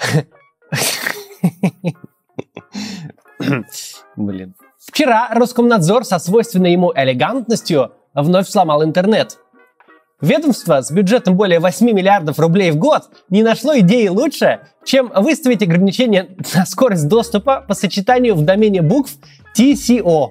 Блин. Вчера Роскомнадзор со свойственной ему элегантностью вновь сломал интернет. Ведомство с бюджетом более 8 миллиардов рублей в год не нашло идеи лучше, чем выставить ограничение на скорость доступа по сочетанию в домене букв TCO.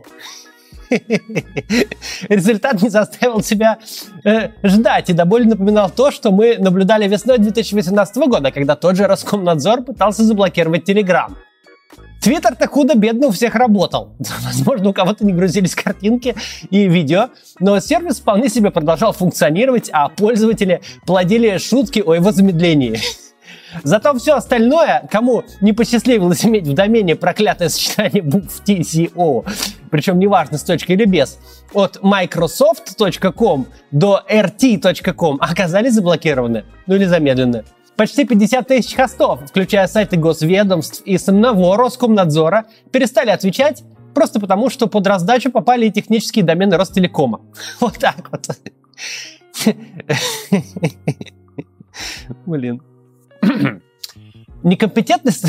Результат не заставил себя ждать и до боли напоминал то, что мы наблюдали весной 2018 года, когда тот же Роскомнадзор пытался заблокировать Telegram. Твиттер-то худо-бедно у всех работал. Возможно, у кого-то не грузились картинки и видео, но сервис вполне себе продолжал функционировать, а пользователи плодили шутки о его замедлении. Зато все остальное, кому не посчастливилось иметь в домене проклятое сочетание букв TCO, причем неважно с точкой или без, от microsoft.com до rt.com, оказались заблокированы, ну или замедлены. Почти 50 тысяч хостов, включая сайты госведомств и самого Роскомнадзора, перестали отвечать просто потому, что под раздачу попали и технические домены Ростелекома. Вот так вот. Блин. Некомпетентность...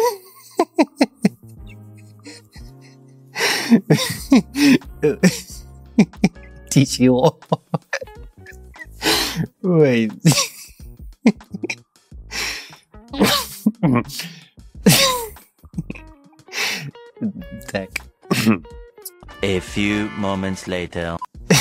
TCO. Ой... Так. A few moments later.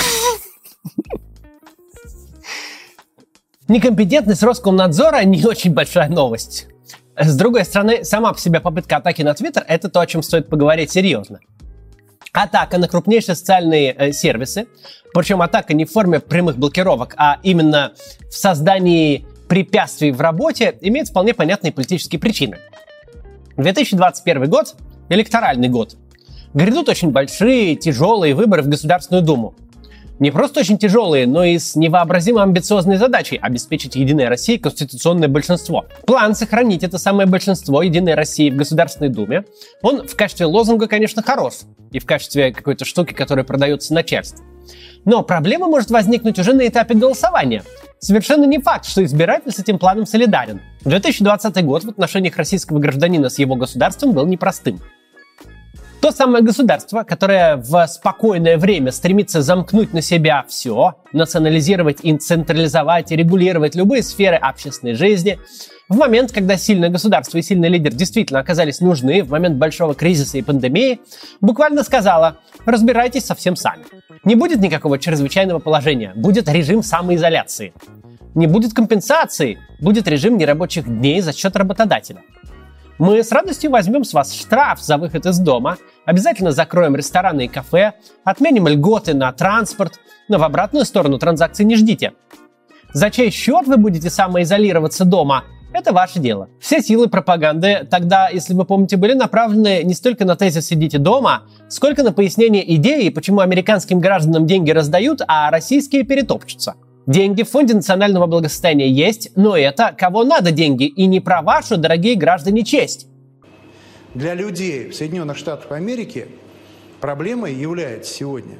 Некомпетентность Роскомнадзора не очень большая новость. С другой стороны, сама по себе попытка атаки на Твиттер — это то, о чем стоит поговорить серьезно. Атака на крупнейшие социальные сервисы, причем атака не в форме прямых блокировок, а именно в создании препятствий в работе, имеет вполне понятные политические причины. 2021 год – электоральный год. Грядут очень большие, тяжелые выборы в Государственную Думу. Не просто очень тяжелые, но и с невообразимо амбициозной задачей – обеспечить Единой России конституционное большинство. План сохранить это самое большинство Единой России в Государственной Думе, он в качестве лозунга, конечно, хорош, и в качестве какой-то штуки, которая продается начальству. Но проблема может возникнуть уже на этапе голосования. Совершенно не факт, что избиратель с этим планом солидарен. 2020 год в отношениях российского гражданина с его государством был непростым. То самое государство, которое в спокойное время стремится замкнуть на себя все, национализировать и централизовать и регулировать любые сферы общественной жизни, в момент, когда сильное государство и сильный лидер действительно оказались нужны, в момент большого кризиса и пандемии, буквально сказала: разбирайтесь совсем сами. Не будет никакого чрезвычайного положения, будет режим самоизоляции. Не будет компенсации, будет режим нерабочих дней за счет работодателя. Мы с радостью возьмем с вас штраф за выход из дома, обязательно закроем рестораны и кафе, отменим льготы на транспорт, но в обратную сторону транзакций не ждите. За чей счет вы будете самоизолироваться дома, это ваше дело. Все силы пропаганды тогда, если вы помните, были направлены не столько на тезис «сидите дома», сколько на пояснение идеи, почему американским гражданам деньги раздают, а российские перетопчутся. Деньги в Фонде национального благосостояния есть, но это кого надо деньги, и не про вашу, дорогие граждане, честь. Для людей в Соединенных Штатах Америки проблемой является сегодня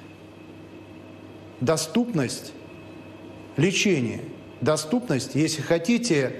доступность лечения, доступность, если хотите,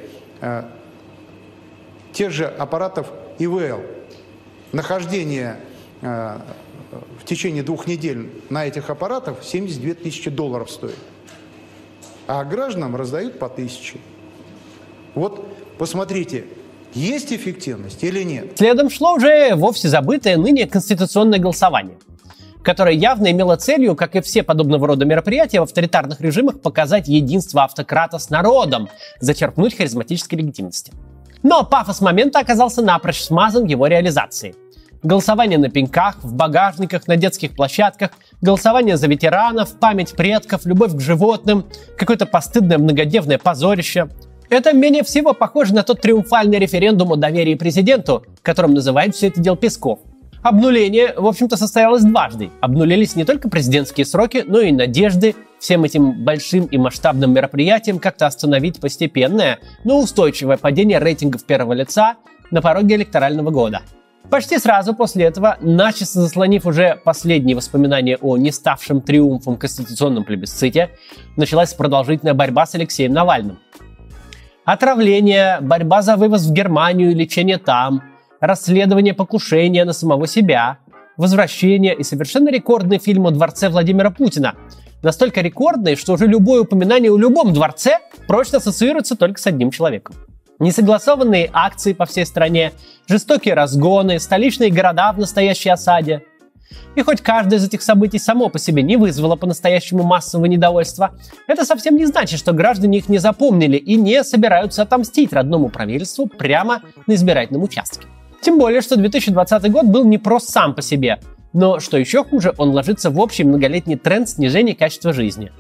тех же аппаратов ИВЛ, нахождение в течение 2 недель на этих аппаратах 72 тысячи долларов стоит. А гражданам раздают по 1000. Вот посмотрите, есть эффективность или нет? Следом шло уже вовсе забытое ныне конституционное голосование, которое явно имело целью, как и все подобного рода мероприятия в авторитарных режимах, показать единство автократа с народом, зачерпнуть харизматической легитимности. Но пафос момента оказался напрочь смазан его реализацией. Голосование на пеньках, в багажниках, на детских площадках, голосование за ветеранов, память предков, любовь к животным, какое-то постыдное многодневное позорище. Это менее всего похоже на тот триумфальный референдум о доверии президенту, которым называют все это дело Песков. Обнуление, в общем-то, состоялось дважды. Обнулились не только президентские сроки, но и надежды всем этим большим и масштабным мероприятиям как-то остановить постепенное, но устойчивое падение рейтингов первого лица на пороге электорального года. Почти сразу после этого, начисто заслонив уже последние воспоминания о не ставшем триумфом конституционном плебисците, началась продолжительная борьба с Алексеем Навальным. Отравление, борьба за вывоз в Германию и лечение там, расследование покушения на самого себя, возвращение и совершенно рекордный фильм о дворце Владимира Путина. Настолько рекордный, что уже любое упоминание о любом дворце прочно ассоциируется только с одним человеком. Несогласованные акции по всей стране, жестокие разгоны, столичные города в настоящей осаде. И хоть каждое из этих событий само по себе не вызвало по-настоящему массового недовольства, это совсем не значит, что граждане их не запомнили и не собираются отомстить родному правительству прямо на избирательном участке. Тем более, что 2020 год был непрост сам по себе, но, что еще хуже, он ложится в общий многолетний тренд снижения качества жизни.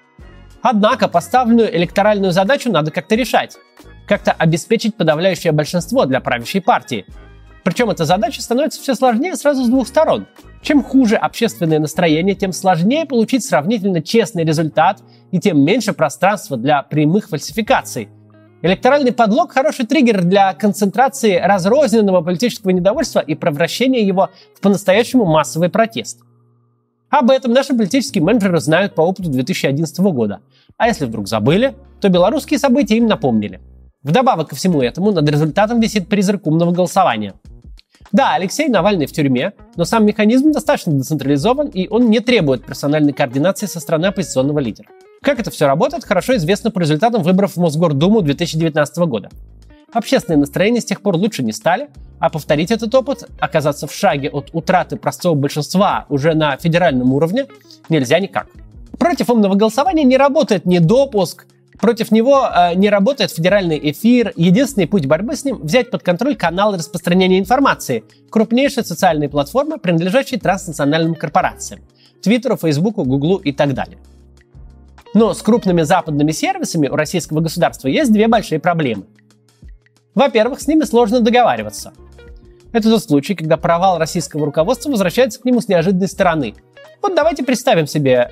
Однако поставленную электоральную задачу надо как-то решать, как-то обеспечить подавляющее большинство для правящей партии. Причем эта задача становится все сложнее сразу с двух сторон. Чем хуже общественное настроение, тем сложнее получить сравнительно честный результат и тем меньше пространства для прямых фальсификаций. Электоральный подлог – хороший триггер для концентрации разрозненного политического недовольства и превращения его в по-настоящему массовый протест. Об этом наши политические менеджеры знают по опыту 2011 года. А если вдруг забыли, то белорусские события им напомнили. Вдобавок ко всему этому над результатом висит призрак умного голосования. Да, Алексей Навальный в тюрьме, но сам механизм достаточно децентрализован, и он не требует персональной координации со стороны оппозиционного лидера. Как это все работает, хорошо известно по результатам выборов в Мосгордуму 2019 года. Общественные настроения с тех пор лучше не стали, а повторить этот опыт, оказаться в шаге от утраты простого большинства уже на федеральном уровне, нельзя никак. Против умного голосования не работает недопуск, против него не работает федеральный эфир. Единственный путь борьбы с ним – взять под контроль каналы распространения информации, крупнейшие социальные платформы, принадлежащие транснациональным корпорациям – Твиттеру, Фейсбуку, Гуглу и так далее. Но с крупными западными сервисами у российского государства есть две большие проблемы. Во-первых, с ними сложно договариваться. Это тот случай, когда провал российского руководства возвращается к нему с неожиданной стороны. Вот давайте представим себе,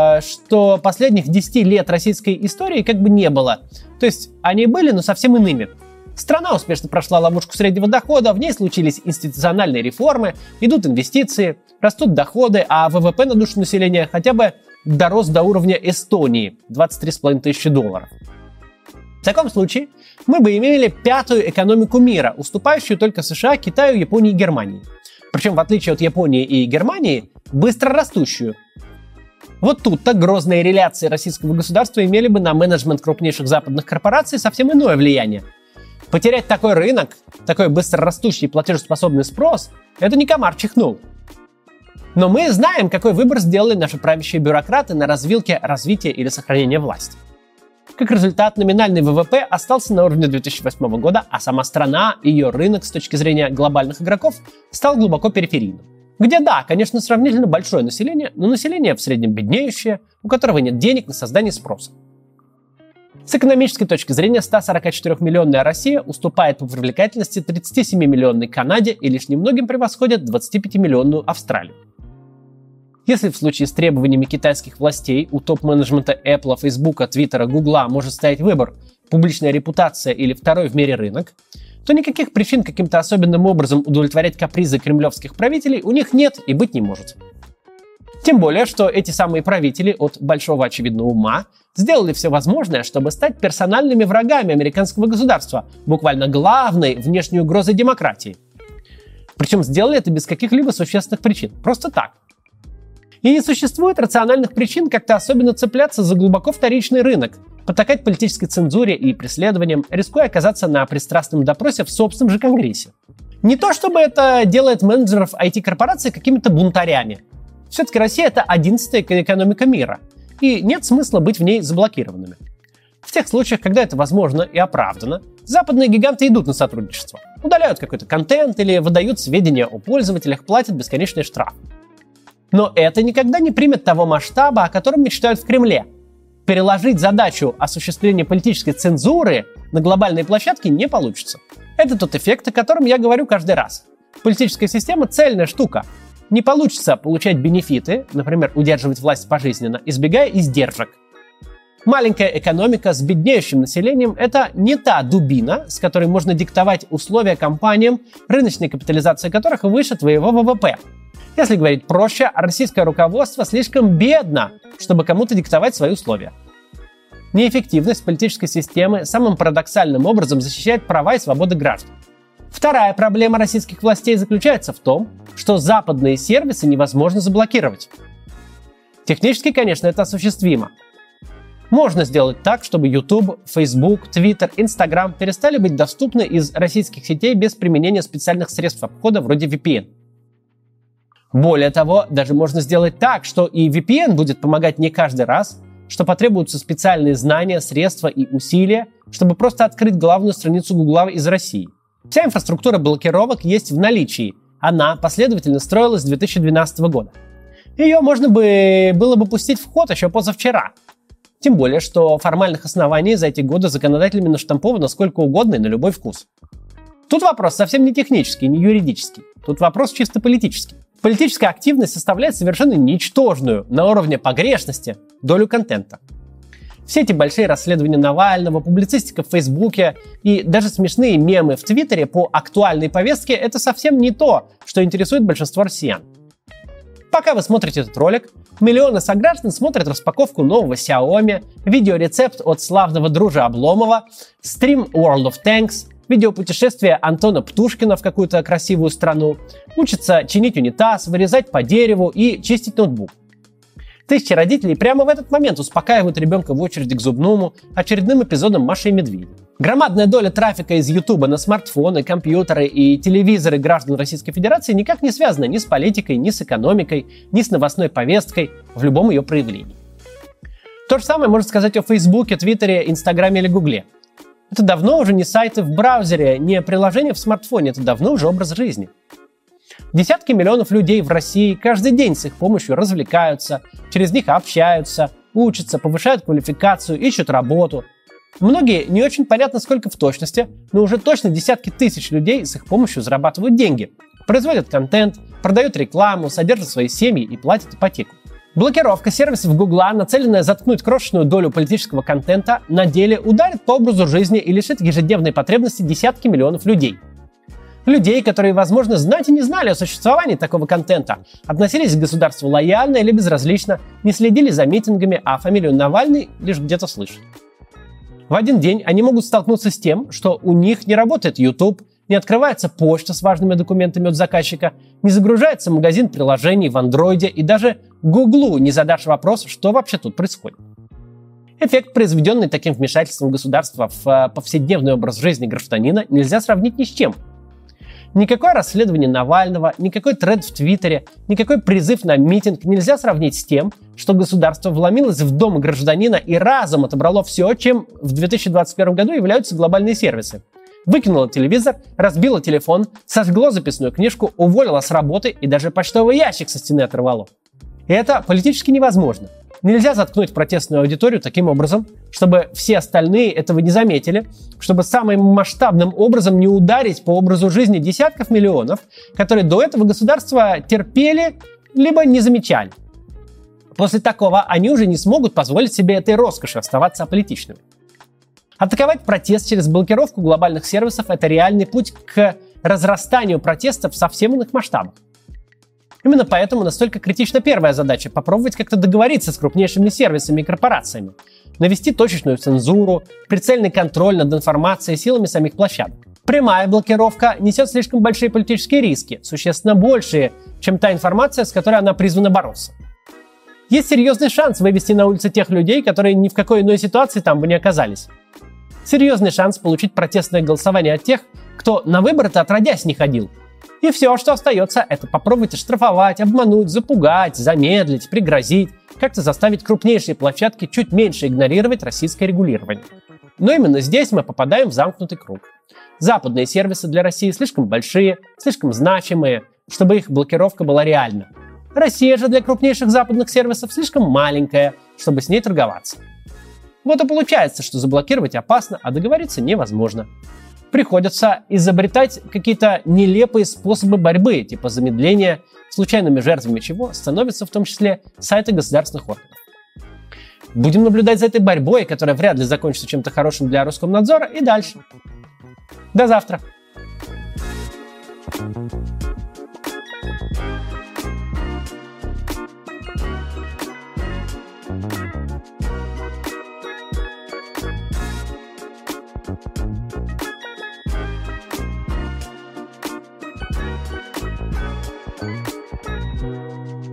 что последних 10 лет российской истории как бы не было. То есть они были, но совсем иными. Страна успешно прошла ловушку среднего дохода, в ней случились институциональные реформы, идут инвестиции, растут доходы, а ВВП на душу населения хотя бы дорос до уровня Эстонии – 23,5 тысячи долларов. В таком случае мы бы имели пятую экономику мира, уступающую только США, Китаю, Японии и Германии. Причем, в отличие от Японии и Германии, быстро растущую. Вот тут-то грозные реляции российского государства имели бы на менеджмент крупнейших западных корпораций совсем иное влияние. Потерять такой рынок, такой быстро растущий и платежеспособный спрос – это не комар чихнул. Но мы знаем, какой выбор сделали наши правящие бюрократы на развилке развития или сохранения власти. Как результат, номинальный ВВП остался на уровне 2008 года, а сама страна и ее рынок с точки зрения глобальных игроков стал глубоко периферийным. Где, да, конечно, сравнительно большое население, но население в среднем беднеющее, у которого нет денег на создание спроса. С экономической точки зрения 144-миллионная Россия уступает по привлекательности 37-миллионной Канаде и лишь немногим превосходит 25-миллионную Австралию. Если в случае с требованиями китайских властей у топ-менеджмента Apple, Facebook, Twitter, Google может стоять выбор – публичная репутация или второй в мире рынок, то никаких причин каким-то особенным образом удовлетворять капризы кремлевских правителей у них нет и быть не может. Тем более, что эти самые правители от большого очевидного ума сделали все возможное, чтобы стать персональными врагами американского государства, буквально главной внешней угрозой демократии. Причем сделали это без каких-либо существенных причин, просто так. И не существует рациональных причин как-то особенно цепляться за глубоко вторичный рынок, потакать политической цензуре и преследованиям, рискуя оказаться на пристрастном допросе в собственном же Конгрессе. Не то чтобы это делает менеджеров IT-корпораций какими-то бунтарями. Все-таки Россия – это 11-я экономика мира, и нет смысла быть в ней заблокированными. В тех случаях, когда это возможно и оправдано, западные гиганты идут на сотрудничество, удаляют какой-то контент или выдают сведения о пользователях, платят бесконечные штрафы. Но это никогда не примет того масштаба, о котором мечтают в Кремле. Переложить задачу осуществления политической цензуры на глобальные площадки не получится. Это тот эффект, о котором я говорю каждый раз. Политическая система – цельная штука. Не получится получать бенефиты, например, удерживать власть пожизненно, избегая издержек. Маленькая экономика с беднеющим населением – это не та дубина, с которой можно диктовать условия компаниям, рыночной капитализации которых выше твоего ВВП. Если говорить проще, российское руководство слишком бедно, чтобы кому-то диктовать свои условия. Неэффективность политической системы самым парадоксальным образом защищает права и свободы граждан. Вторая проблема российских властей заключается в том, что западные сервисы невозможно заблокировать. Технически, конечно, это осуществимо. Можно сделать так, чтобы YouTube, Facebook, Twitter, Instagram перестали быть доступны из российских сетей без применения специальных средств обхода вроде VPN. Более того, даже можно сделать так, что и VPN будет помогать не каждый раз, что потребуются специальные знания, средства и усилия, чтобы просто открыть главную страницу Гугла из России. Вся инфраструктура блокировок есть в наличии. Она последовательно строилась с 2012 года. Ее можно было бы пустить в ход еще позавчера. Тем более, что формальных оснований за эти годы законодателями наштамповано сколько угодно и на любой вкус. Тут вопрос совсем не технический, не юридический. Тут вопрос чисто политический. Политическая активность составляет совершенно ничтожную на уровне погрешности долю контента. Все эти большие расследования Навального, публицистика в Фейсбуке и даже смешные мемы в Твиттере по актуальной повестке – это совсем не то, что интересует большинство россиян. Пока вы смотрите этот ролик, миллионы сограждан смотрят распаковку нового Xiaomi, видеорецепт от славного дружи Обломова, стрим World of Tanks, видеопутешествие Антона Птушкина в какую-то красивую страну, учатся чинить унитаз, вырезать по дереву и чистить ноутбук. Тысячи родителей прямо в этот момент успокаивают ребенка в очереди к зубному очередным эпизодом «Маши и медведя». Громадная доля трафика из Ютуба на смартфоны, компьютеры и телевизоры граждан Российской Федерации никак не связана ни с политикой, ни с экономикой, ни с новостной повесткой в любом ее проявлении. То же самое можно сказать о Фейсбуке, Твиттере, Инстаграме или Гугле. Это давно уже не сайты в браузере, не приложения в смартфоне, это давно уже образ жизни. Десятки миллионов людей в России каждый день с их помощью развлекаются, через них общаются, учатся, повышают квалификацию, ищут работу. Многие не очень понятно сколько в точности, но уже точно десятки тысяч людей с их помощью зарабатывают деньги, производят контент, продают рекламу, содержат свои семьи и платят ипотеку. Блокировка сервисов Гугла, нацеленная заткнуть крошечную долю политического контента, на деле ударит по образу жизни и лишит ежедневной потребности десятки миллионов людей. Людей, которые, возможно, знать и не знали о существовании такого контента, относились к государству лояльно или безразлично, не следили за митингами, а фамилию Навальный лишь где-то слышали. В один день они могут столкнуться с тем, что у них не работает YouTube, не открывается почта с важными документами от заказчика, не загружается магазин приложений в Андроиде и даже Гуглу не задашь вопрос, что вообще тут происходит. Эффект, произведенный таким вмешательством государства в повседневный образ жизни гражданина, нельзя сравнить ни с чем. Никакое расследование Навального, никакой тред в Твиттере, никакой призыв на митинг нельзя сравнить с тем, что государство вломилось в дом гражданина и разом отобрало все, чем в 2021 году являются глобальные сервисы. Выкинуло телевизор, разбило телефон, сожгло записную книжку, уволило с работы и даже почтовый ящик со стены оторвало. И это политически невозможно. Нельзя заткнуть протестную аудиторию таким образом, чтобы все остальные этого не заметили, чтобы самым масштабным образом не ударить по образу жизни десятков миллионов, которые до этого государства терпели, либо не замечали. После такого они уже не смогут позволить себе этой роскоши оставаться аполитичными. Атаковать протест через блокировку глобальных сервисов – это реальный путь к разрастанию протестов в совсем иных масштабах. Именно поэтому настолько критична первая задача – попробовать как-то договориться с крупнейшими сервисами и корпорациями, навести точечную цензуру, прицельный контроль над информацией силами самих площадок. Прямая блокировка несет слишком большие политические риски, существенно большие, чем та информация, с которой она призвана бороться. Есть серьезный шанс вывести на улицы тех людей, которые ни в какой иной ситуации там бы не оказались. Серьезный шанс получить протестное голосование от тех, кто на выборы-то отродясь не ходил. И все, что остается, это попробовать оштрафовать, обмануть, запугать, замедлить, пригрозить, как-то заставить крупнейшие площадки чуть меньше игнорировать российское регулирование. Но именно здесь мы попадаем в замкнутый круг. Западные сервисы для России слишком большие, слишком значимые, чтобы их блокировка была реальна. Россия же для крупнейших западных сервисов слишком маленькая, чтобы с ней торговаться. Вот и получается, что заблокировать опасно, а договориться невозможно. Приходится изобретать какие-то нелепые способы борьбы, типа замедления, случайными жертвами чего становятся в том числе сайты государственных органов. Будем наблюдать за этой борьбой, которая вряд ли закончится чем-то хорошим для Роскомнадзора, и дальше. До завтра!